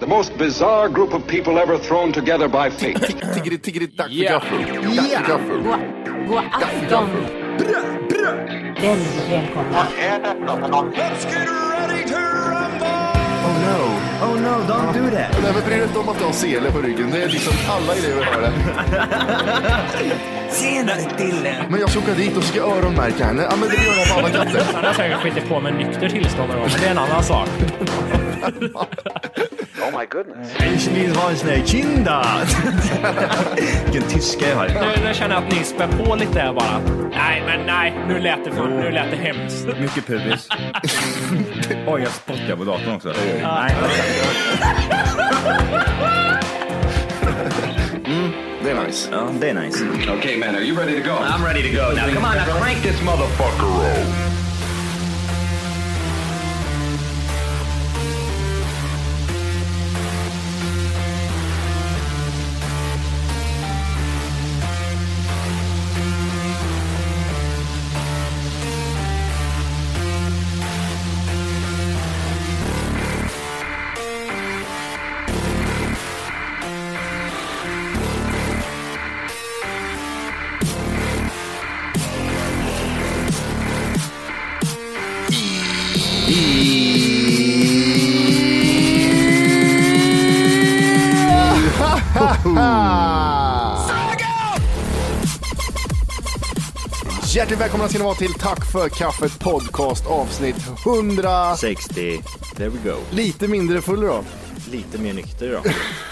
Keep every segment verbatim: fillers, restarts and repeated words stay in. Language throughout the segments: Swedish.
The most bizarre group of people ever thrown together by fate. Tiggeri, tiggeri, dack för gaffel. Dack för gaffel. God afton. Väldigt välkomna. Let's get ready to rumble! Oh no, oh no, don't do that. Nej, men bryr dig inte om att du har sele på ryggen. Det är liksom alla elever har det. Senare till en. Men jag ska åka dit och ska öronmärka henne. Ja, men det gör jag på alla katter. Han har säkert skitit på med nykter tillstånd någon gång, men det är en annan sak. Oh my goodness. Ich vill ha en sån här kinda. Vilken tyska jag har. Nu, nu känner jag att ni spär på lite här bara. Nej, men nej, nu lät det, för, nu lät det hemskt. Mycket pubis. Oj, jag spottar på datorn också. Nej. Mm, det är nice. Ja, det är nice. Okay, man, are you ready to go? I'm ready to go. Now, come on, now crank this motherfucker up. Hjärtligt välkomna ska ni vara till Tack för kaffet podcast avsnitt hundra sextio. There we go. Lite mindre full då. Lite mer nykter då.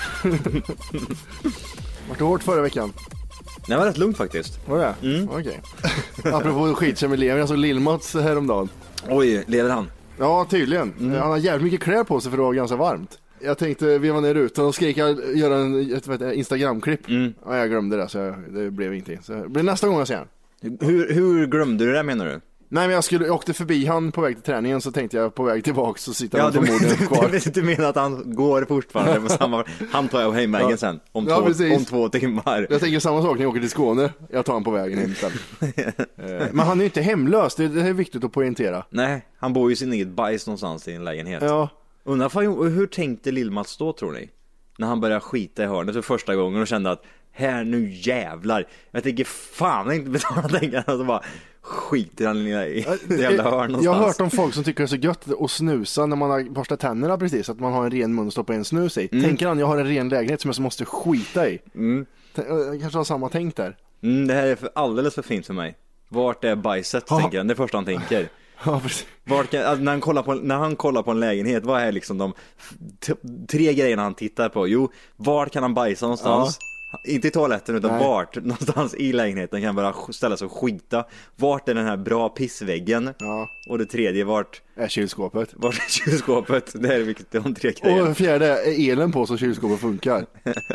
Vart det hårt förra veckan? Det var rätt lugnt faktiskt. Var det? Mm. Okej. Okay. Apropå skitkemilever, jag såg Lill-Mats häromdagen. Oj, lever han? Ja, tydligen. Mm. Han har jävligt mycket kläder på sig för det var ganska varmt. Jag tänkte, vi var ner ute och skrek jag göra en ett, ett, Instagram-klipp. Mm. Ja, jag glömde det så jag, det blev ingenting. Så det blir nästa gång jag ser han. Hur, hur glömde du det menar du? Nej, men jag, skulle, jag åkte förbi han på väg till träningen, så tänkte jag på väg tillbaka så sitter han ja, förmodligen du, kvar. Du, du menar att han går fortfarande på samma... Han tar jag hem vägen ja. sen, om, ja, två, om två timmar. Jag tänker samma sak när jag åker till Skåne. Jag tar han på vägen hem istället. Men han är ju inte hemlös, det, det är viktigt att poängtera. Nej, han bor ju sin eget bajs någonstans i en lägenhet. Ja. Undrar, hur tänkte Lill-Mats då, tror ni? När han började skita i hörnet för första gången och kände att här nu jävlar, jag tänker fan inte betala pengarna, alltså bara skiter han i det jävla hörn någonstans. Jag har hört om folk som tycker det är så gött att snusa när man har borstat tänderna precis, att man har en ren mun att stoppa en snus i. Mm. Tänker han, jag har en ren lägenhet som jag så måste skita i. Mm. Jag kanske har samma tänk där. Mm, det här är för, alldeles för fint för mig. Vart är bajset, ha. tänker han, det är första han tänker. Ja, precis. Vart kan, alltså, när, han kollar på, när han kollar på en lägenhet, vad är liksom de t- tre grejerna han tittar på? Jo, vart kan han bajsa någonstans? Ja. Inte i toaletten utan Nej. vart någonstans i lägenheten kan han bara ställa sig och skita. Vart är den här bra pissväggen? Ja. Och det tredje, vart är kylskåpet? Vart är kylskåpet? Det är vilket de tre grejerna. Och det fjärde är elen på så kylskåpet funkar.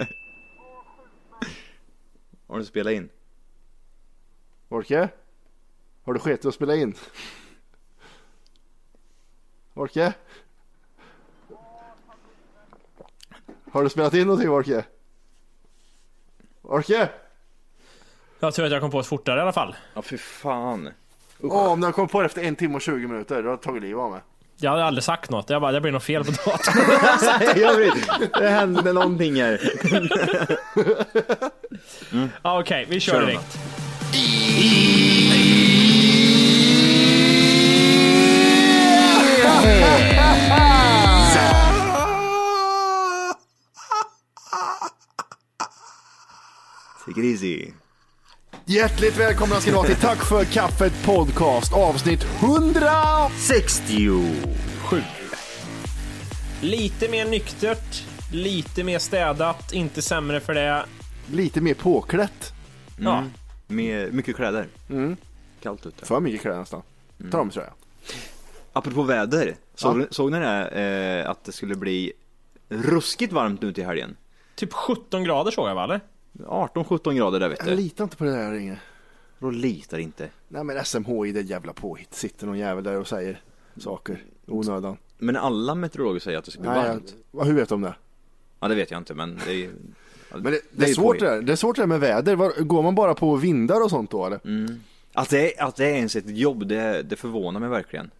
Har du spelat in? Orke? Har du skett att spela in? Orke? Har du spelat in någonting, Orke? Orke? Jag tror att jag kom på ett fortare i alla fall. Ja, för fan. Åh, om jag kom på det efter en timme och tjugo minuter, då har jag tagit liv av mig. Jag hade aldrig sagt något. Jag bara, det blir något fel på datorn. Jag vet, det hände någonting här. mm. Ja, okej, okay, vi kör, kör direkt. Easy. Hjärtligt välkomna ska ni vara till Tack för kaffet podcast avsnitt hundra sextiosju. Lite mer nyktert, lite mer städat, inte sämre för det. Lite mer påklätt. Mm. Ja, med mycket kläder. Mm. Kallt ute. För mycket kläder nästan. Ta dem tror jag. Apropå väder, såg, ja. såg ni det eh, att det skulle bli ruskigt varmt nu till helgen? Typ sjutton grader såg jag, va, eller? arton sjutton grader där, vet du. Jag litar inte på det där, Inge. Då litar inte. Nej, men S M H I, det är jävla påhitt. Sitter någon jävel där och säger saker onödan. Men alla meteorologer säger att det ska bli Nej, varmt. Jag, hur vet de det? Ja, det vet jag inte, men det är ju... Men det, det, det, är svårt det, det är svårt det med väder. Var, går man bara på vindar och sånt då, eller? Mm. Att, det är, att det är ens ett jobb, det, det förvånar mig verkligen.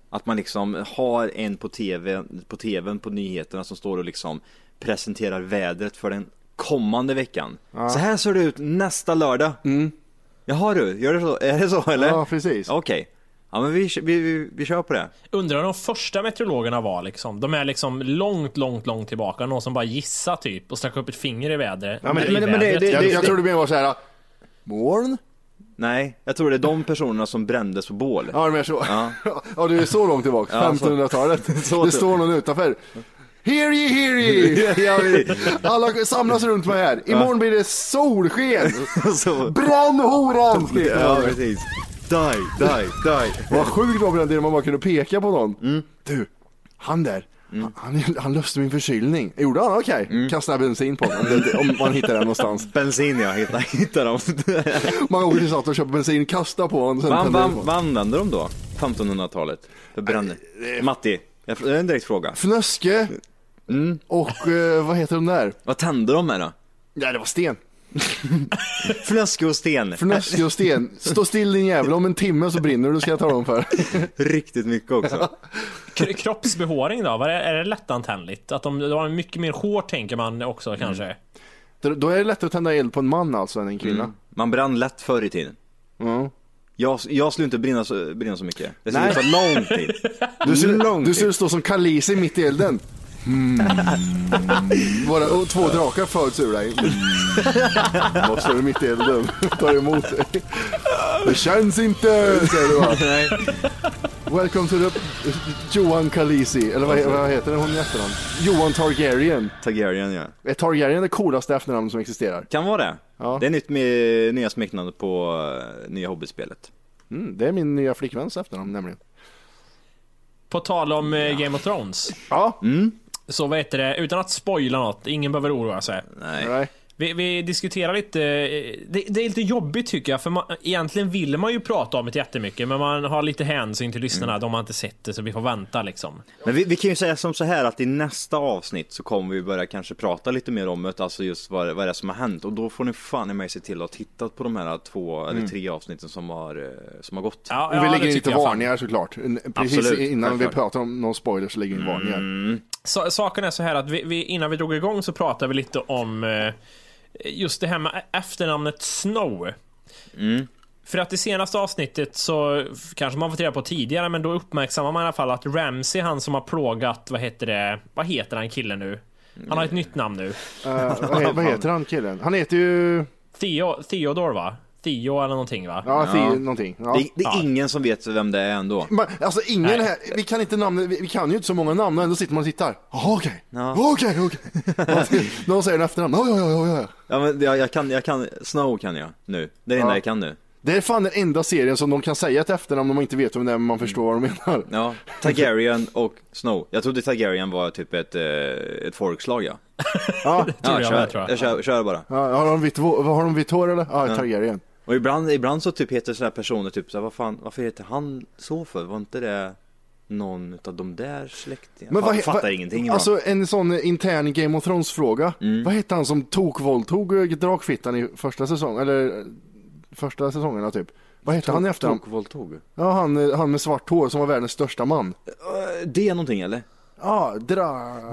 Att man liksom har en på tv, på tvn på nyheterna som står och liksom presenterar vädret för den kommande veckan. Ja. Så här ser det ut nästa lördag. Mm. Jaha du, gör det så? Är det så eller? Ja, precis. Okej. Okay. Ja, men vi, vi, vi, vi kör på det. Undrar de första meteorologerna var liksom. De är liksom långt, långt, långt tillbaka. Någon som bara gissar typ och stack upp ett finger i vädret. Ja, men, men, men det, det, jag, jag tror det mer var så här. Morgon? Nej, jag tror det är de personerna som brändes på bål. Ja, det är så. Ja, ja du är så långt tillbaka. Ja, femtonhundratalet. Så. Det står någon utanför. Hear ye, hear ye. Alla samlas runt mig här. Imorgon blir det solsken. Så. Bränn horan. Ja, precis. Die, die, die. Vad sjukt var på den delen man bara kunde peka på någon. Mm. Du, han där. Mm. Han, han löste min förkylning. Gjorde han? Okej. Okay. Mm. Kasta bensin på honom om, det, om man hittar den någonstans. Bensin, ja. Hittar, hittar dem. Man åker till satt och köper bensin, kasta på honom. Sen vad, vad, vad använder de då? femtonhundratalet. För bränner. Äh, Matti, det är en direkt fråga. Fnöske. Mm. Och uh, vad heter de där? Vad tände de med då? Ja, det var sten. Fnöske och sten. Fnöske och sten. Stå still din jävla, om en timme så brinner du, ska jag ta dem för. Riktigt mycket också. Kroppsbehåring då, vad är, är det lättantändligt? Att de, de har mycket mer hår tänker man också kanske. Mm. Då, då är det lättare att tända eld på en man alltså än en kvinna. Mm. Man brann lätt förr i tiden. Mm. Jag, jag skulle inte brinna så, brinna så mycket. Det skulle ta lång tid. Du skulle, lång du skulle stå som Kalisi mitt i elden. Mm. Bara, och två drakar föds ur dig. Vad står du mitt i elden? Tar emot dig. Det känns inte, säger du va? Nej. Welcome to the Johan Kalisi. Eller vad, vad heter det hon i efternamn? Johan Targaryen. Targaryen, ja. Är Targaryen det coolaste efternamn som existerar? Kan vara det. Ja. Det är nytt med nya smeknamnet på uh, nya hobbyspelet. Mm, det är min nya flickväns efternamn nämligen. På tal om uh, Game of Thrones. Ja. Mm. Så vad heter det, utan att spoila något, ingen behöver oroa sig. Nej. Nej. Vi, vi diskuterar lite, det, det är lite jobbigt tycker jag, för man, egentligen vill man ju prata om det jättemycket, men man har lite hänsyn till lyssnarna, mm. de har inte sett det, så vi får vänta liksom. Men vi, vi kan ju säga som så här att i nästa avsnitt så kommer vi börja kanske prata lite mer om det, alltså just vad, vad det är som har hänt, och då får ni fan i mig se till att titta på de här två mm. eller tre avsnitten som har, som har gått. Ja, och ja, vi lägger lite jag varningar fan. Såklart. Precis. Absolut, innan självklart. Vi pratar om någon spoiler så lägger vi varningar. Mm. Så, saken är så här att vi, vi, innan vi drog igång så pratade vi lite om eh, just det här med efternamnet Snow. Mm. För att i senaste avsnittet så kanske man fått reda på tidigare, men då uppmärksammar man i alla fall att Ramsay, han som har plågat, vad heter det, vad heter han killen nu? Han har ett nytt namn nu. Uh, vad, vad heter han killen? Han heter ju Theo, Theodore va? Theo eller någonting va? Ja, Theo, ja. någonting. Ja. Det, det är ja. ingen som vet vem det är ändå. Men, alltså ingen Nej. här, vi kan inte namn, vi, vi kan ju inte så många namn, och ändå sitter man och tittar. Jaha, okej. Okej, okej. Någon säger en efternamn. Ja, ja, ja, ja. Ja, men jag, jag kan jag kan Snow kan jag nu. Det är det enda ja. jag kan nu. Det är fan den enda serien som de kan säga ett efternamn om man inte vet vem det är, men man förstår vad de menar. Ja, Targaryen och Snow. Jag trodde Targaryen var typ ett, ett folkslag, ja. Ja, ja jag, kör, jag, tror jag. jag kör, kör bara. Ja, har de vitt, har de vitt hår eller? Ja, ja. Targaryen. Och ibland, ibland så typ heter sådana personer typ så här, vad fan, varför heter han så för? Var inte det någon av de där släktingarna? Men vad, jag fattar vad, ingenting. Alltså ibland. en sån intern Game of Thrones fråga. Mm. Vad hette han som tokvåldtog drakfittan i första säsongen? Eller första säsongerna typ. Vad hette han efter? Tokvåldtog? Ja, han, han med svart hår som var världens största man. Det är någonting eller? Ja, dra...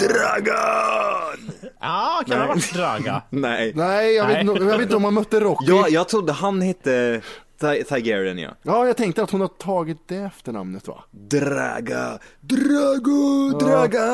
Dragon! Ja, kan det ha varit Draga? Nej. Nej, jag vet, jag vet inte om han mötte Rocky. Ja, jag trodde han hette Targaryen, ja. Ja, jag tänkte att hon har tagit det efternamnet, va? Draga, Drago, ja. Draga.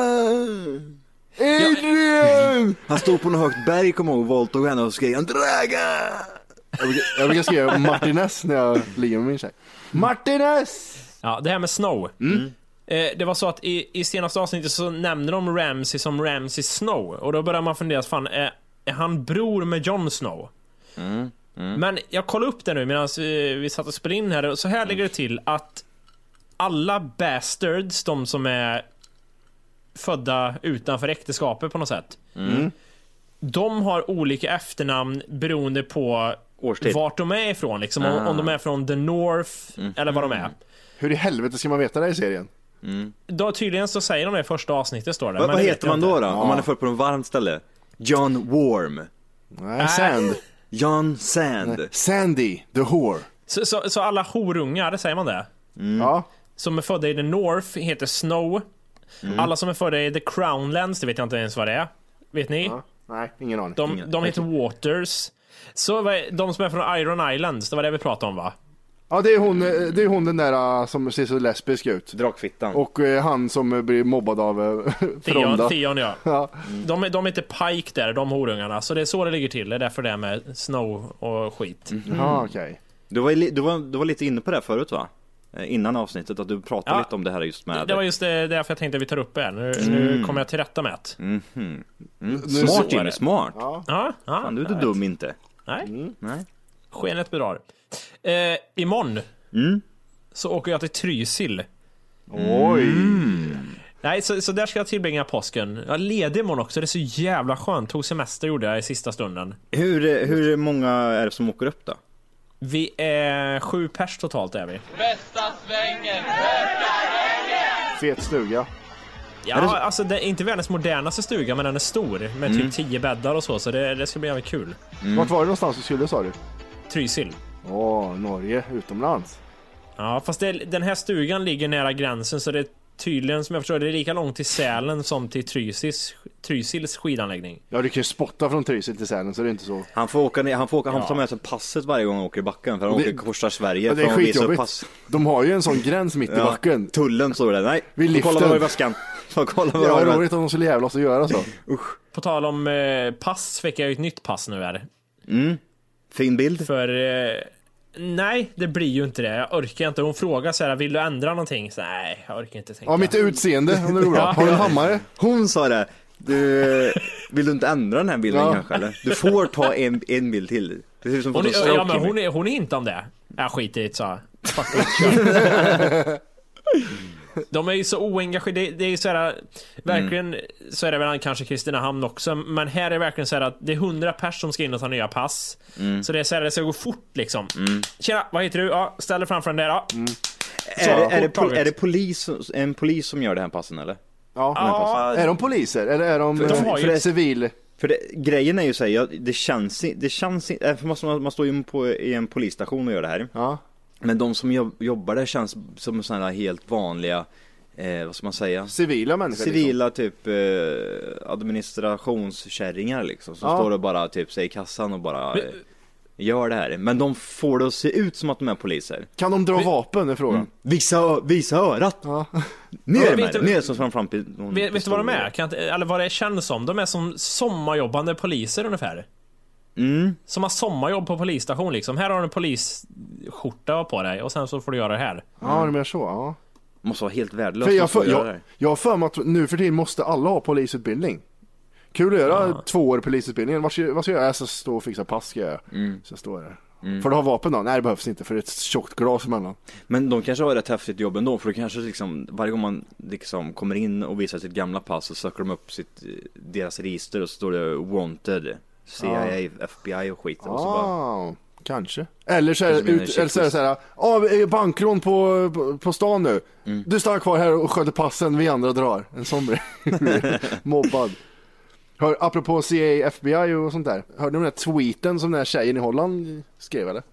Adrian! Ja. Han stod på något högt berg, kom ihåg, våldtog henne och skrev Draga. Jag brukar, jag brukar skriva Martinez när jag ligger med min tjej. Martinez! Ja, det här med Snow. Mm. Eh, det var så att i, i senaste avsnittet så nämner de Ramsay som Ramsay Snow. Och då börjar man fundera, fan, är, är han bror med Jon Snow? Mm. Mm. Men jag kollar upp det nu medan vi, vi satt och spelade in här. Och så här ligger det till att alla bastards, de som är födda utanför äktenskapet på något sätt, Mm. de har olika efternamn beroende på årstid, vart de är ifrån liksom. Ah. om, om de är från the North mm. eller vad de är. Hur i helvete ska man veta det i serien? Mm. Då tydligen så säger de det i första avsnittet, står det. Va, men vad det heter man då då? Ja. Om man är född på en varmt ställe? John Warm. Nej, Sand. John Sand. Nej. Sandy, the whore. Så, så, så alla horungar, säger man det? Mm. Ja. som är födda i the North heter Snow. Mm. Alla som är födda i the Crownlands, det vet jag inte ens vad det är. Vet ni? Ja. Nej, ingen aning. De, ingen. de heter Waters. Så de som är från Iron Islands, det var det vi pratade om, va? Ja, det är hon, det är hon den där som ser så lesbisk ut. Drakfittan. Och eh, han som blir mobbad av eh, Fronda. Theon, Theon ja. ja. Mm. De, de heter Pike där, de horungarna. Så det är så det ligger till. Det är därför det är med Snow och skit. Mm. Ja, okej. Okay. Du var, du, var, du var lite inne på det förut, va? Innan avsnittet, att du pratade ja, lite om det här just med... Det var just det, därför jag tänkte att vi tar upp det här. Nu, mm. nu kommer jag till rätta med det. Mm. Mm. Mm. Smart, Jimmy, smart. Ja. Ja, ja, fan, du är inte dum vet. Inte. Nej. Mm. Nej. Skenet bedrar. Eh, imorgon mm. så åker jag till Trysil. Oj. Mm. Nej, så, så där ska jag tillbringa påsken. Jag är ledig imorgon också, det är så jävla skönt. Tog semester gjorde jag i sista stunden. Hur, hur många är det som åker upp då? Vi är sju pers totalt är vi. Bästa svängen, bästa svängen. Fet stuga. Ja, det alltså det är inte världens modernaste stuga, men den är stor med mm. typ tio bäddar och så, så det, det ska bli jävligt kul. Mm. Vart var det någonstans du skulle, sa du? Trysil. Åh, Norge, utomlands. Ja, fast det, den här stugan ligger nära gränsen, så det är tydligen, som jag förstår, det är lika långt till Sälen som till Trysils, Trysils skidanläggning. Ja, du kan ju spotta från Trysil till Sälen, så det är inte så. Han får åka ner, han får åka, han får ta med sig passet varje gång han åker i backen, för han det, åker korsar Sverige. Ja, det är skitjobbigt. Pass. De har ju en sån gräns mitt i ja, backen. Tullen står det. Nej, vi lyfter. Kolla vad i väskan. Kolla vad ja, det är roligt om de skulle jävla oss att göra så. Usch. På tal om eh, pass fick jag ju ett nytt pass nu här. Mm. Fin bild. För eh, nej, det blir ju inte det. Jag orkar inte. Hon frågar så här, vill du ändra någonting? Så, nej, jag orkar inte tänka. Ja, mitt utseende, om det går bra. Ja, har du en hammare? Hon sa det. Du, vill du inte ändra den här bilden ja. kanske, eller? Du får ta en, en bild till. Det ser ut som hon, är, ja, men hon, är, hon är inte om det. Jag skiter i det, så. De är ju så oengagerade. Det, det är ju så här, verkligen mm. så är det väl kanske Kristinehamn också, men här är det verkligen så här att det är hundra pers som ska in och ta nya pass. Mm. Så det är så här, det ska gå fort liksom. Mm. Tjena, vad heter du? Ja, ställ dig framför den där. Ja. Mm. Så, är, det, är, det pol- är det polis, en polis som gör det här passen, eller? Ja, ja. Är de poliser? Eller är de, för de har för ju civil? För det, grejen är ju så här, det känns det känns för man, man står ju på i en polisstation och gör det här. Ja. Men de som jobb, jobbar där känns som sådana helt vanliga, eh, vad ska man säga? Civila människor. Civila liksom. Typ eh, administrationskärringar liksom. Som ja. står och bara typ säger i kassan och bara eh, gör det här. Men de får det att se ut som att de är poliser. Kan de dra Vi, vapen är frågan? Mm. Visa, visa örat. Ja. Ner ja, med det. Ner som fram fram. Vet, vet du vad de är? Kan, eller vad det känns som? De är som sommarjobbande poliser ungefär. Mm. Som har sommarjobb på polisstation liksom. Här har du en polisskjorta på dig och sen så får du göra det här. Mm. Ja, det menar så, ja. Måste vara helt värdelöst. För jag, för, jag, jag har för mig att nu för tiden måste alla ha polisutbildning. Kul att göra ja. två år polisutbildningen. Vad ska, vad ska jag göra? Jag ska stå och fixa pass, ska jag. Mm. Så jag står där. Mm. För du har vapen då? Nej, det behövs inte, för det är ett tjockt glas emellan. Men de kanske har ett häftigt jobb ändå, för det kanske liksom, varje gång man liksom kommer in och visar sitt gamla pass så söker de upp sitt, deras register och så står det wanted, C I A, ah. F B I och skit. Ah, och så bara... kanske. Eller så är det, ut, eller så är det så här, ah, bankrån på, på, på stan nu. Mm. Du stannar kvar här och sköter passen, vi andra drar. En sån mobbad. Hör, apropå C I A, F B I och sånt där. Hörde du den där tweeten som den här tjejen i Holland skrev, eller?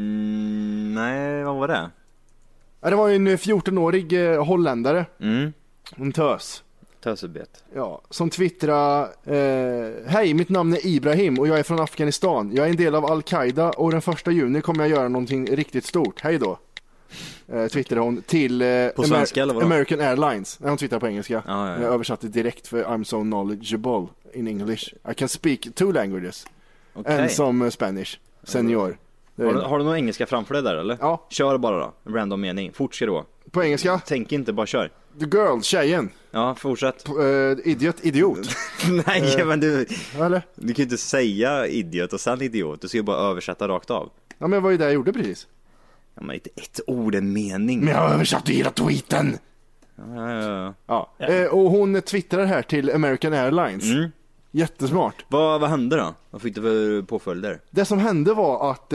Mm, nej, vad var det? Ja, det var ju en fjorton-årig eh, holländare. Mm. En tös. Tösebet. Ja, som twittrade eh, hej, mitt namn är Ibrahim och jag är från Afghanistan. Jag är en del av Al-Qaida och den första juni kommer jag göra någonting riktigt stort. Hej då. Eh, twittrade hon till eh, på svenska, Amer- eller vadå? American Airlines. Nej, hon twittrade på engelska. Ah, ja, ja. Jag översatte direkt för I'm so knowledgeable in English. I can speak two languages. Okay. En som Spanish. Senior. Har du, har du någon engelska framför dig där, eller? Ja. Kör bara då. Random mening. Fortsätt då. På engelska? Tänk inte, bara kör. The girl, tjejen. Ja, fortsätt. Uh, idiot, idiot. Nej, uh, men du... Eller? Du kan ju inte säga idiot och sen idiot. Du ska ju bara översätta rakt av. Ja, men vad är det jag gjorde precis? Ja, men inte ett ord, en mening. Men jag översatte hela tweeten. Ja, ja, ja. ja. ja. Uh, och hon twittrar här till American Airlines. Mm. Jättesmart. Vad, vad hände då? Vad fick du för påföljder? Det som hände var att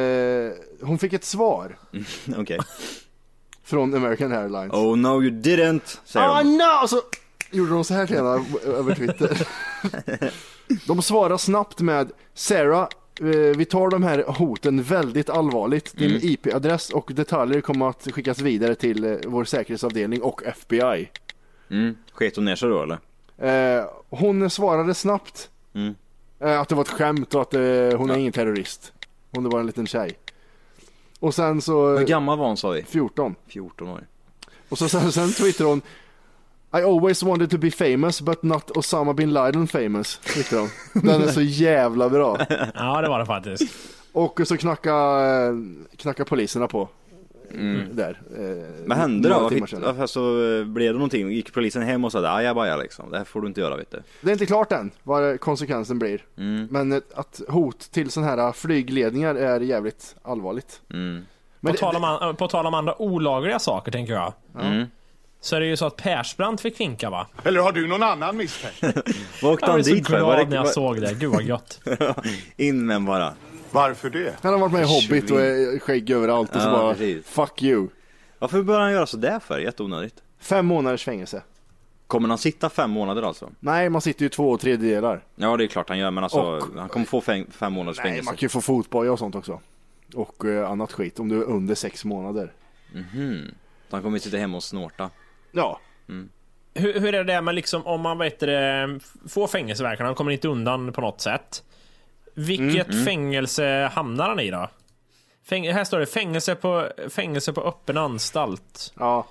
eh, hon fick ett svar. Okej. Okay. Från American Airlines. Oh no you didn't, säger oh, de. no! Så gjorde de så här till henne över Twitter. De svarar snabbt med Sarah, Vi tar de här hoten väldigt allvarligt. Din Mm. I P-adress och detaljer kommer att skickas vidare till vår säkerhetsavdelning och F B I. Mm. Sket hon ner sig då eller? Eh, hon svarade snabbt Mm. eh, att det var ett skämt och att eh, hon är ingen terrorist. Hon är bara en liten tjej. Och sen så... Hur gammal var hon sa vi? fjorton. fjorton år. Och så sen, sen twittrade hon: I always wanted to be famous but not Osama bin Laden famous. Twittrade hon. Den är så jävla bra. Ja, det var det faktiskt. Och så knacka, knacka poliserna på. Mm. Där. Eh, Vad hände då? några timmar Varför, sedan. varför så blev det någonting? Gick polisen hem och sa ajabaja liksom? Det här får du inte göra, vet du. Det är inte klart än vad konsekvensen blir. Mm. Men eh, att hot till sådana här flygledningar är jävligt allvarligt. Mm. Men På tal, om, an- på tal om andra olagliga saker tänker jag. Mm. Så är det ju så att Persbrandt fick vinka va? Eller har du någon annan misstänkt? Vad åkte Jag han blev så dit för? glad Var det, när jag var... såg det. Gud vad gött. In med bara. Varför det? Han har varit med i Hobbit och är skägg överallt och så Ja, bara precis. fuck you. Varför började han göra så där för? Jätteonödigt. Fem månaders fängelse. Kommer han sitta fem månader alltså? Nej, man sitter ju två tredjedelar. Ja, det är klart han gör, men alltså Och- han kommer få fem, fem månaders Nej, fängelse. man kan ju få fotboja och sånt också. Och eh, annat skit om du är under sex månader. Mhm. Så han kommer sitta hemma och snorta. Ja. Hur, hur är det med liksom om man vet det, får fängelseverkan, han kommer inte undan på något sätt. Vilket Mm, fängelse hamnar han i då? Fäng, här står det fängelse på, fängelse på öppen anstalt. Ja.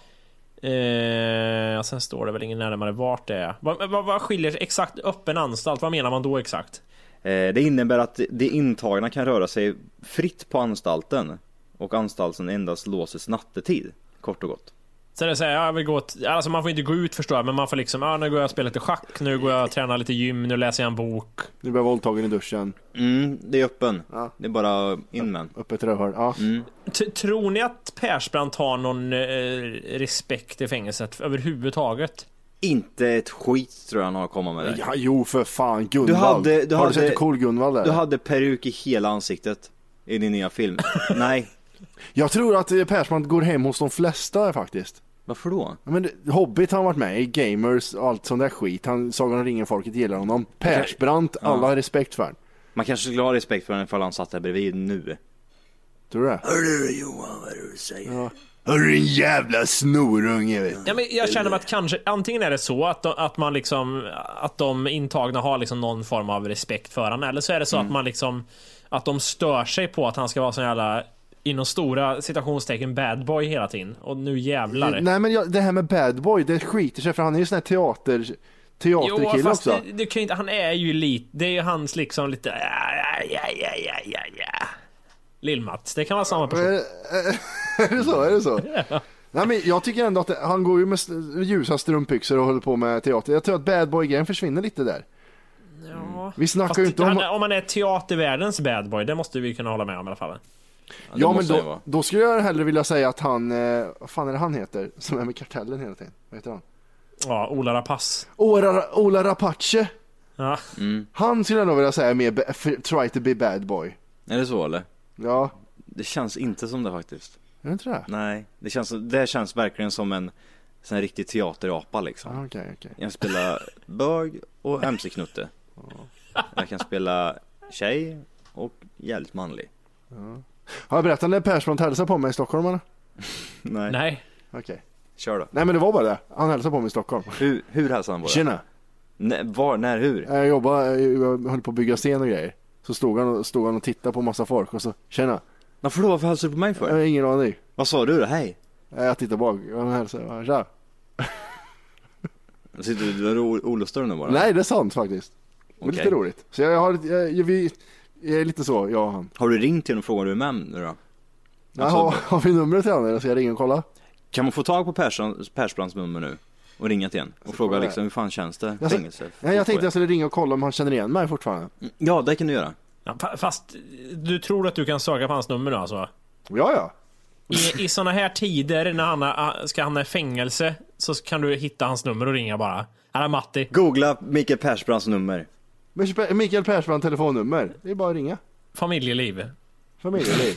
Eh, och sen står det väl ingen närmare vart det är. Vad, vad, vad skiljer exakt öppen anstalt? Vad menar man då exakt? Eh, det innebär att de intagna kan röra sig fritt på anstalten. Och anstalten endast låses nattetid. Kort och gott. Så det säger jag vill gå t- alltså man får inte gå ut förstår jag, men man får liksom, ja nu går jag och spelar lite schack, nu går jag och tränar lite gym, nu läser jag en bok. Du blir våldtagen i duschen. Mm, det är öppen. Ja. Det är bara in med. Öppet rövhål. Ja. T- tror ni att Persbrandt har någon eh, respekt i fängelset överhuvudtaget? Inte ett skit tror jag han har att komma med det. Ja, jo för fan, Gunvald. Du hade- du har hade- du sett cool Gunvald där? Du hade peruk i hela ansiktet i din nya film. Nej. Jag tror att eh, Persbrandt går hem hos de flesta faktiskt. Varför då? Ja, men det- Hobbit har han varit med i, Gamers och allt sånt där skit. Han, Sagan om ringen-folket gillar honom. Persbrandt, Ja. alla har respekt för honom. Man kanske skulle ha respekt för honom ifall han satt där bredvid nu. Tror du det? Hörru Johan, vad är det du säger? Ja. Hörru din jävla snorunge vet du. Ja, men jag känner att kanske antingen är det så att, de, att man liksom att de intagna har liksom någon form av respekt för han, eller så är det så Mm. att man liksom att de stör sig på att han ska vara sån jävla inom stora citationstecken bad boy hela tiden. Och nu jävlar det. Nej men jag, det här med bad boy, det skiter sig för han är ju sån här teater teaterkille Jo, fast också. det, det kan ju inte, han är ju lite, det är ju hans liksom lite ja, ja, ja, ja, ja, ja. Lill-Mats, det kan vara samma person. Är, är det så? Är det så? Nej men jag tycker ändå att det, han går ju med st- ljusa strumpbyxor och håller på med teater. Jag tror att bad boy-grejen försvinner lite där. Ja. Vi snackar Fast ju inte om... han, om man är teatervärldens bad boy, det måste vi kunna hålla med om i alla fall. det Ja men måste det då, vara. då skulle jag hellre vilja säga att han, eh, vad fan är det han heter? Som är med Kartellen hela tiden. Vad heter han? Ja, Ola Rapace. Ola, Ola Rapace. Ja. Han skulle jag nog vilja säga mer be- f- try to be bad boy. Är det så eller? Ja, Det känns inte som det faktiskt. är det inte det? Nej, det känns, det känns verkligen som en sån här riktig teaterapa liksom. Ah, okej, okej. Jag spelar bög och M C-knutte. Jag kan spela tjej och jävligt manlig. Har jag berättat när Persbrandt hälsade på mig i Stockholm eller? Nej, Nej. Okej. kör då. Nej men det var bara det. Han hälsade på mig i Stockholm. Hur, hur hälsar han på dig? Tjena. Nej, var, när, hur? Jag jobbade, jag höll på att bygga sten och grejer. Så stod han, och- stod han och tittade på massa folk och så, tjena. Varför då? Varför hälsar du på mig Jag för? har ingen aning. Vad sa du då? Hej? Jag tittar bak, jag hälsar, tja. Sitter du och ro- olustar nu bara? Nej det är sant faktiskt. Det är Okej. lite roligt. Så jag har, jag, jag, vi, jag är lite så, jag och han. Har du ringt till och frågat om du är med nu då? Ja, Alltså, har, har vi numret till honom eller ska jag ringa och kolla? Kan man få tag på Persson, Persbrandts nummer nu? Och ringa till en? Och fråga kolla liksom hur fan känns det? Jag, Fängelse? nej, jag tänkte jag skulle ringa och kolla om han känner igen mig fortfarande. Ja, det kan du göra. Ja, fa- fast du tror att du kan söka på hans nummer nu alltså? Ja, ja. I, i såna här tider när han är- ska hamna i fängelse så kan du hitta hans nummer och ringa bara. Här är Matti. Googla Mikael Persbrandts nummer. Men Mikael Persbrandt telefonnummer. Det är bara att ringa. Familjeliv. Familjeliv.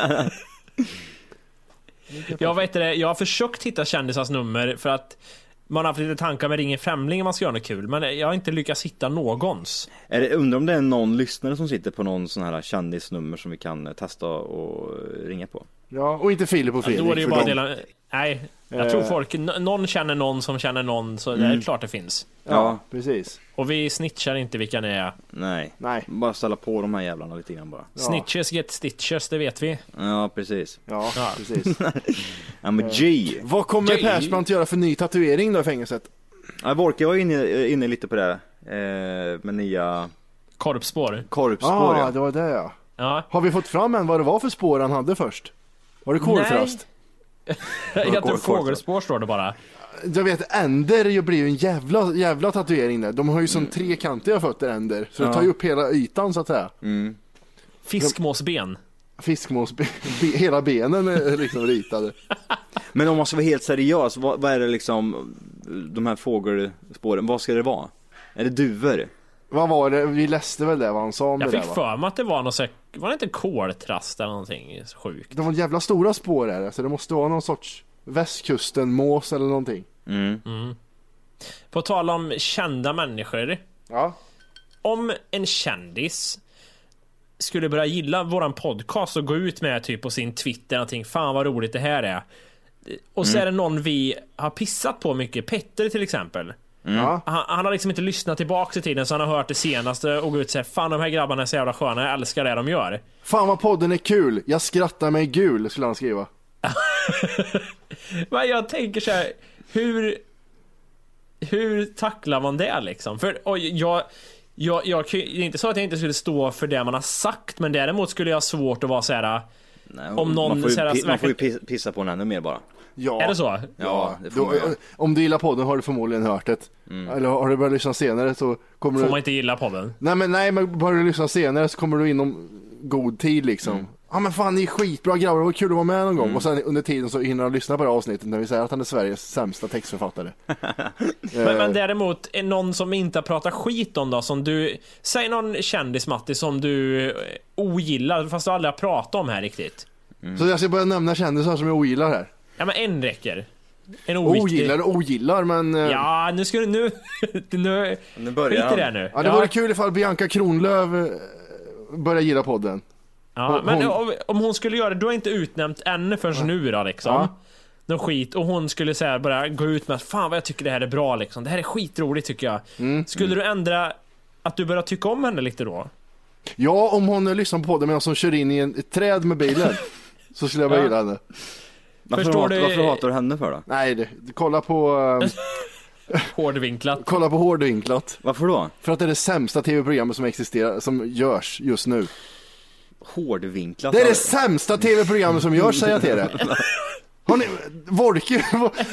Jag vet det, jag har försökt hitta kändisars nummer för att man har haft lite tankar med Ring en främling man ska göra något kul, men jag har inte lyckats hitta någons. Är det, undrar om det är någon lyssnare som sitter på någon sån här kändisnummer som vi kan testa och ringa på. Ja, och inte Filip och Fredrik. Ja, då är det ju för bara de... dela... Nej, jag Eh. tror folk, n- någon känner någon som känner någon, så det är klart det finns. Ja, Ja. precis. Och vi snitchar inte vilka ni är. Nej. Nej. Bara ställa på de här jävlarna lite grann bara. Ja. Snitches get stitches, det vet vi. Ja, precis. Ja, Ja. precis. I'm a G. Vad kommer Jay. Persbrandt göra för ny tatuering då i fängelset? Ja, Volke var inne, inne lite på det. Eh, med nya Korpspår. korpspår. Ja, Ja. det var det ja. Ja. Har vi fått fram än vad det var för spår han hade först? Var det kolfrast? Jag tror fågelspår står det bara. Jag vet, änder blir ju en jävla, jävla tatuering där. De har ju som trekantiga fötter, änder. Så det tar ju upp hela ytan så att säga. Mm. Fiskmåsben. Fiskmås, be, be, hela benen är liksom ritade. Men om man ska vara helt seriös, vad, vad är det liksom, de här fågelspåren, vad ska det vara? Är det duvor? Vad var det? Vi läste väl det vad han sa om Jag det fick där va? för mig att det var något så här, var det inte koltrast eller någonting sjukt? Det var jävla stora spår här, så det måste vara någon sorts västkusten mås eller någonting. Mm. På tal om kända människor. Ja. Om en kändis skulle börja gilla våran podcast och gå ut med typ på sin Twitter någonting, fan vad roligt det här är. Och så är det någon vi har pissat på mycket, Petter till exempel. Ja. Han, han har liksom inte lyssnat tillbaka i tiden, så han har hört det senaste och gå ut och säga, fan de här grabbarna är så jävla sköna, jag älskar det de gör. Fan vad podden är kul, jag skrattar mig gul, skulle han skriva. Men jag tänker så här, hur hur tacklar man det liksom? För oj, jag jag, jag, det är inte så att jag inte skulle stå för det man har sagt, men däremot skulle jag ha svårt att vara så här. Nej, Om någon man, får ju, säger att pi- man får ju verkligen- pissa- pissa på den ännu mer bara. Ja. Är det så? Ja, det får Då, man göra. om du gillar podden har du förmodligen hört det. Eller har du börjat lyssna senare så kommer Får du... man inte gilla podden? Nej men nej, men börjar du lyssna senare så kommer du inom god tid liksom. Ja men fan, ni är skitbra grabbar, det var kul att vara med någon gång. Och sen under tiden så hinner han lyssna på det här avsnittet när vi säger att han är Sveriges sämsta textförfattare. Men, men däremot, är någon som inte pratar skit om då, som du, säg någon kändis Matti som du eh, ogillar, fast du aldrig har pratat om här riktigt. Så jag ska börja nämna kändisar som jag ogillar här. Ja men en räcker. En oviktig. Ogillar och ogillar men... eh, Ja, nu ska du nu nu Nu börjar skit i han. det nu. Ja, det vore kul ifall Bianca Kronlöf eh, börjar gilla podden. Ja, men Hon- om, om hon skulle göra det, du har inte utnämnt ännu förrän nu då liksom. Ja. Någon skit, och hon skulle säga bara gå ut med att fan vad jag tycker det här är bra liksom. Det här är skitroligt tycker jag. Mm. Skulle du ändra att du börjar tycka om henne lite då? Ja, om hon eh, lyssnar på podden medan hon kör in i en, ett träd med bilen. Så skulle jag börja Ja. gilla henne. Varför, Förstår hatar, du- varför hatar du henne för då? Nej, det, kolla på... eh, Hårdvinklat. kolla på Hårdvinklat. Varför då? För att det är det sämsta tv-programmet som existerar, som görs just nu. Hårdvinklat. Det är det sämsta tv-programmet som görs, säger jag till er. Har ni, Vorke,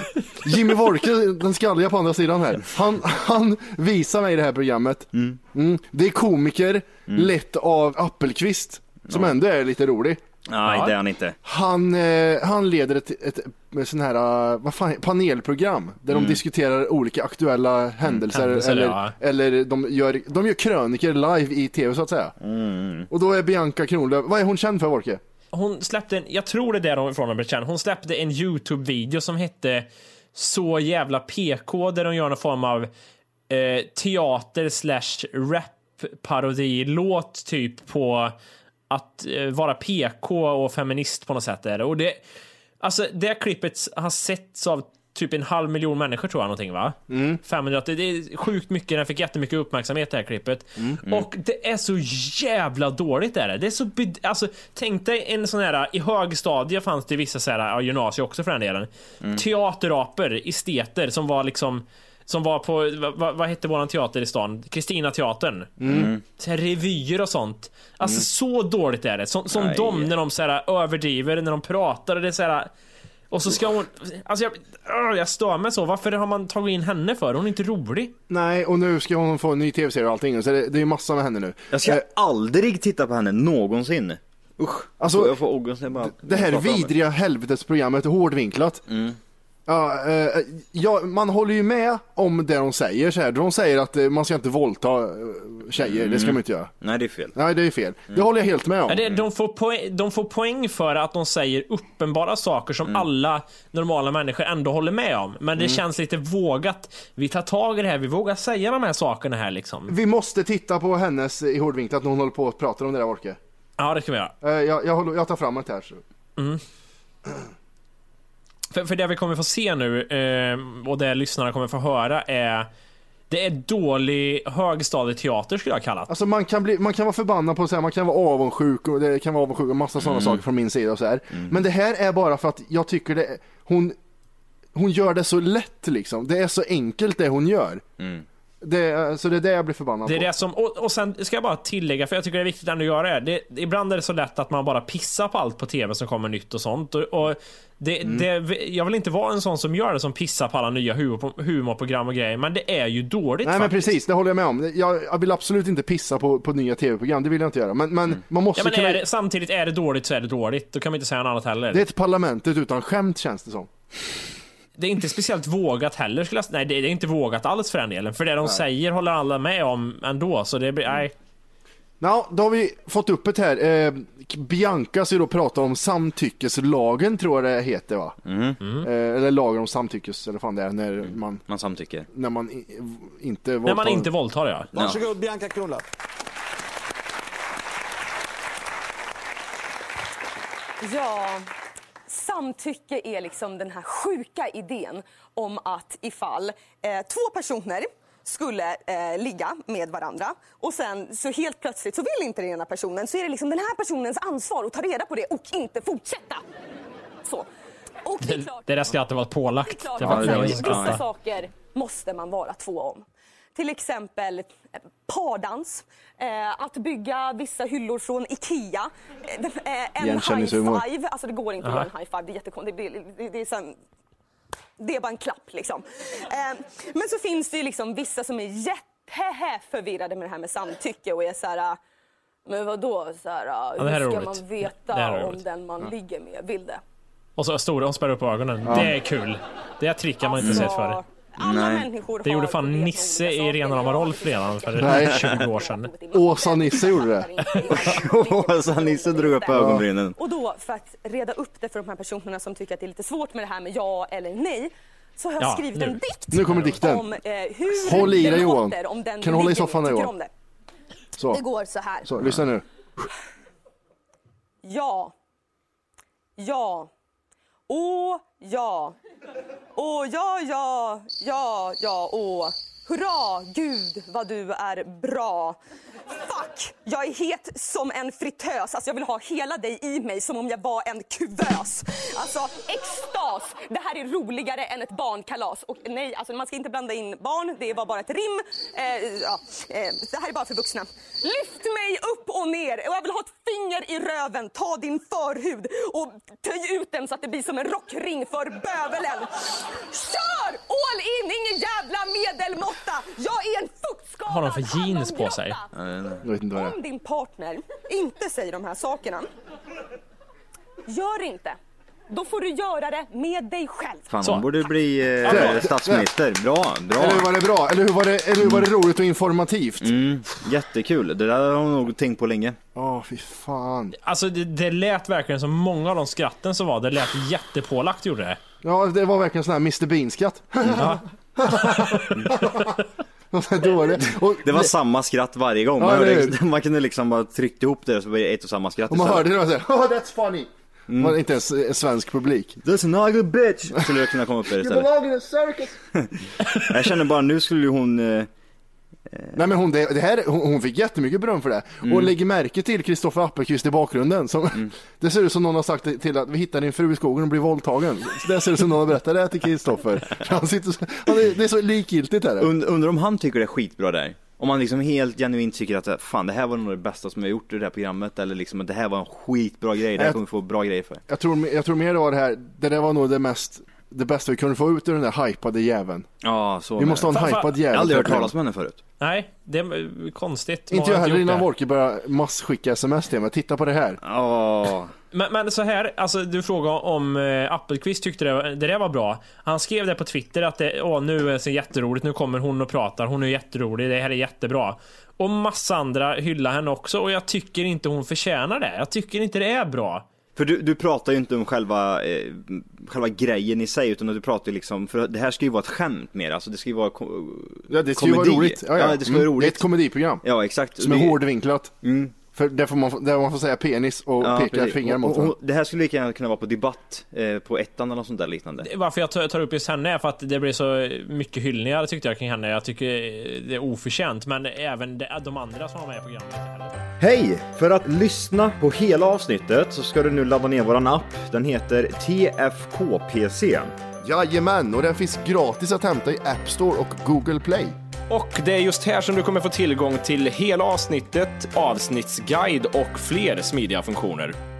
Jimmy Vorke, den skalliga på andra sidan här. Han, han visar mig det här programmet. Mm. Det är komiker, lett av Appelqvist, som ändå är lite rolig. Nej, Ja. det är han inte. Han, eh, han leder ett, ett, ett sån här uh, vad fan, panelprogram där de diskuterar olika aktuella händelser, händelser, eller, ja. eller de, gör, de gör kröniker live i tv så att säga. Och då är Bianca Kronlöf, vad är hon känd för, Vorke? Hon släppte en, jag tror det är därifrån hon blev känd. Hon släppte en YouTube-video som hette Så jävla P K, där de gör någon form av eh, teater slash rap-parodi-låt typ på att eh, vara P K och feminist på något sätt är det. Och det, alltså det klippet har setts av typ en halv miljon människor tror jag någonting va? Mm. femhundra, det är sjukt mycket, den fick jättemycket uppmärksamhet det här klippet. Mm. Och det är så jävla dåligt är det. Det är så bed- alltså tänk dig en sån här, i högstadie fanns det vissa så här, ja, gymnasie också för den delen. Mm. Teateraper, esteter som var liksom som var på, vad, vad hette våran teater i stan? Kristina teatern. Mm. Så här revyer och sånt. Alltså mm. så dåligt är det. Som, som de när de så här överdriver, när de pratar och det är så här. Och så ska hon, alltså jag, jag stör mig så. Varför har man tagit in henne för? Hon är inte rolig. Nej, och nu ska hon få en ny tv-serie och allting, så det, det är ju massa med henne nu. Jag ska Eh, aldrig titta på henne någonsin. Usch. Alltså, jag får ångest när jag bara det här pratar om vidriga helvetesprogrammet Hårdvinklat. Mm. Ja, eh, ja, man håller ju med om det de säger så här. De säger att eh, man ska inte våldta eh, tjejer, mm. det ska man inte göra. Nej, det är fel. Nej, det är fel. Mm. Det håller jag helt med om. Ja, det, de, får poäng, de får poäng för att de säger uppenbara saker som mm. alla normala människor ändå håller med om. Men det mm. känns lite vågat. Vi tar tag i det här, vi vågar säga de här sakerna här liksom. Vi måste titta på hennes i hårdvinklat när hon håller på och pratar om det där, Orke. Ja, det ska vi göra. Eh, jag, jag, håller, jag tar fram det här så. Mm. För, för det vi kommer få se nu eh, och det lyssnarna kommer få höra är det är dålig högstadieteater skulle jag kalla det. Alltså man kan bli man kan vara förbannad på så här, man kan vara avundsjuk och det kan vara avundsjuk och massa sådana mm. saker från min sida och så här. Mm. Men det här är bara för att jag tycker det hon hon gör det så lätt liksom. Det är så enkelt det hon gör. Mm. Det, så det är det jag blir förbannad det är på. Det som, och, och sen ska jag bara tillägga, för jag tycker det är viktigt att göra det. det. Ibland är det så lätt att man bara pissar på allt på tv som kommer nytt och sånt. Och, och det, mm. det, jag vill inte vara en sån som gör det, som pissar på alla nya humor, humorprogram och grejer. Men det är ju dåligt. Nej faktiskt. Men precis, det håller jag med om. Jag, jag vill absolut inte pissa på, på nya tv-program. Det vill jag inte göra. Men, men mm. man måste ja, men kunna... är det, samtidigt är det dåligt så är det dåligt. Då kan man inte säga något annat heller. Det är ett parlamentet utan skämt, känns det som. Det är inte speciellt vågat heller skulle jag... Nej, det är inte vågat alls för den delen. För det de nej. säger håller alla med om ändå. Så det blir... Nej. Ja, då har vi fått upp ett här. Eh, Bianca ska då prata om samtyckeslagen, tror jag det heter, va? Mm. Mm. Eh, eller lagen om samtyckes, eller fan det är när man... Man samtycker. När man i, inte våldtar. När man inte våldtar, ja. Varsågod, Bianca Kronlöf. Ja... Samtycke är liksom den här sjuka idén om att ifall eh, två personer skulle eh, ligga med varandra och sen så helt plötsligt så vill inte den ena personen, så är det liksom den här personens ansvar att ta reda på det och inte fortsätta. Så. Och det är klart, det där skrattet var pålagt. Det är klart, det var ja, det vissa saker måste man vara två om. Till exempel pardans, eh, att bygga vissa hyllor från Ikea, eh, en high five, alltså det går inte att göra en high five, det är jättekonstigt, det, det, det, det är sån, det är bara en klapp liksom. Eh, men så finns det ju liksom vissa som är jätteförvirrade med det här med samtycke och är så här, men vadå så här, ja, hur ska man veta om den man ja. ligger med vill det? Och så stora, hon spärrar upp ögonen, ja. Det är kul, det är trickar man alltså, inte sett för. Nej. Det gjorde fan Nisse i Rena rama Rolf redan för tjugo år sedan. Åsa Nisse gjorde det. Åsa Nisse drog upp ögonbrynen. Och då, för att reda upp det för de här personerna som tycker att det är lite svårt med det här med ja eller nej, så har jag ja, skrivit nu. en dikt nu kommer dikten. om eh, hur håll i dig, Johan. Låter, om den kan hålla i soffan där, Johan. Det. Så. det går så här. Så, lyssna nu. Ja. Ja. Åh, ja. Åh, ja, ja, ja, ja, åh. Hurra, Gud, vad du är bra. Fuck, jag är het som en fritös. Alltså jag vill ha hela dig i mig som om jag var en kuvös. Alltså, extas. Det här är roligare än ett barnkalas. Och nej, alltså man ska inte blanda in barn. Det var bara ett rim. Eh, ja, eh, det här är bara för vuxna. Lyft mig upp och ner. Och jag vill ha ett finger i röven. Ta din förhud och töj ut den så att det blir som en rockring för bövelen. Kör! All in, ingen jävla medelmåtta. Jag är en fuktskadad. Har de för jeans på sig? Om din partner inte säger de här sakerna, gör inte. Då får du göra det med dig själv. Fan, hon borde bli eh, statsminister. Bra, bra. Eller hur var det bra? Eller hur var det, eller hur var det roligt och informativt? Mm, jättekul. Det där har hon nog tänkt på länge. Åh, oh, fy fan. Alltså, det, det lät verkligen som många av de skratten som var. Det lät jättepålagt, gjorde det. Ja, det var verkligen sån här mister Bean-skratt. Ja. och det var samma skratt varje gång. Man, ja, hörde, man kunde liksom bara trycka ihop det så var det ett och samma skratt. Och man hörde det och säga, oh, that's funny. Mm. Man inte ens en svensk publik. That's an ugly bitch. Skulle det kunna komma upp där istället. You belong in a circus. Jag känner bara, nu skulle hon... Eh, Nej men hon, det, det här, hon, hon fick jättemycket beröm för det. Mm. Och lägger märke till Kristoffer Appelqvist i bakgrunden som, mm. Det ser ut som någon har sagt till att vi hittar din fru i skogen och blir våldtagen. Det ser ut som någon har berättat det till Kristoffer. Han sitter så, han är, det är så likgiltigt här. Und, undrar om han tycker det är skitbra där. Om man liksom helt genuint tycker att fan, det här var nog det bästa som jag gjort i det här programmet. Eller liksom att det här var en skitbra grej. Det här kommer vi få bra grejer för. Jag tror, jag tror mer det var det här. Det där var nog det mest... Det bästa vi kunde få ut ur den där hypade jäveln. Ja, så. Vi måste ha en fan, hypad jävel. Jag har aldrig hört talas om henne förut. Nej, det är konstigt. Inte jag heller innan Wolke bara massskicka sms till mig. Titta på det här. Åh. Men, men så här, alltså du frågade om eh, Appelqvist tyckte det, det där var bra. Han skrev det på Twitter att det, åh, nu är det så jätteroligt, nu kommer hon och pratar, hon är jätterolig, det här är jättebra. Och massa andra hyllar henne också, och jag tycker inte hon förtjänar det. Jag tycker inte det är bra. För du, du pratar ju inte om själva, eh, själva grejen i sig, utan du pratar ju liksom, för det här ska ju vara ett skämt mer, alltså det ska ju vara ko- Ja, det ska ju komedi. vara roligt. Ja, ja. Ja, det ska vara mm, roligt. Det är ett komediprogram. Ja, exakt. Som är det... hårdvinklat. Mm. För där får man, där man får säga penis och Ja, peka precis. fingrar mot och, och, och det här skulle lika gärna kunna vara på debatt eh, på ettan eller något sånt där liknande. Varför jag tar, tar upp just henne är för att det blir så mycket hyllningar tyckte jag kring henne. Jag tycker det är oförtjänt, men även de, de andra som var med i programmet heller. Hej! För att lyssna på hela avsnittet så ska du nu ladda ner våran app. Den heter T F K P C. Jajamän, och den finns gratis att hämta i App Store och Google Play. Och det är just här som du kommer få tillgång till hela avsnittet, avsnittsguide och fler smidiga funktioner.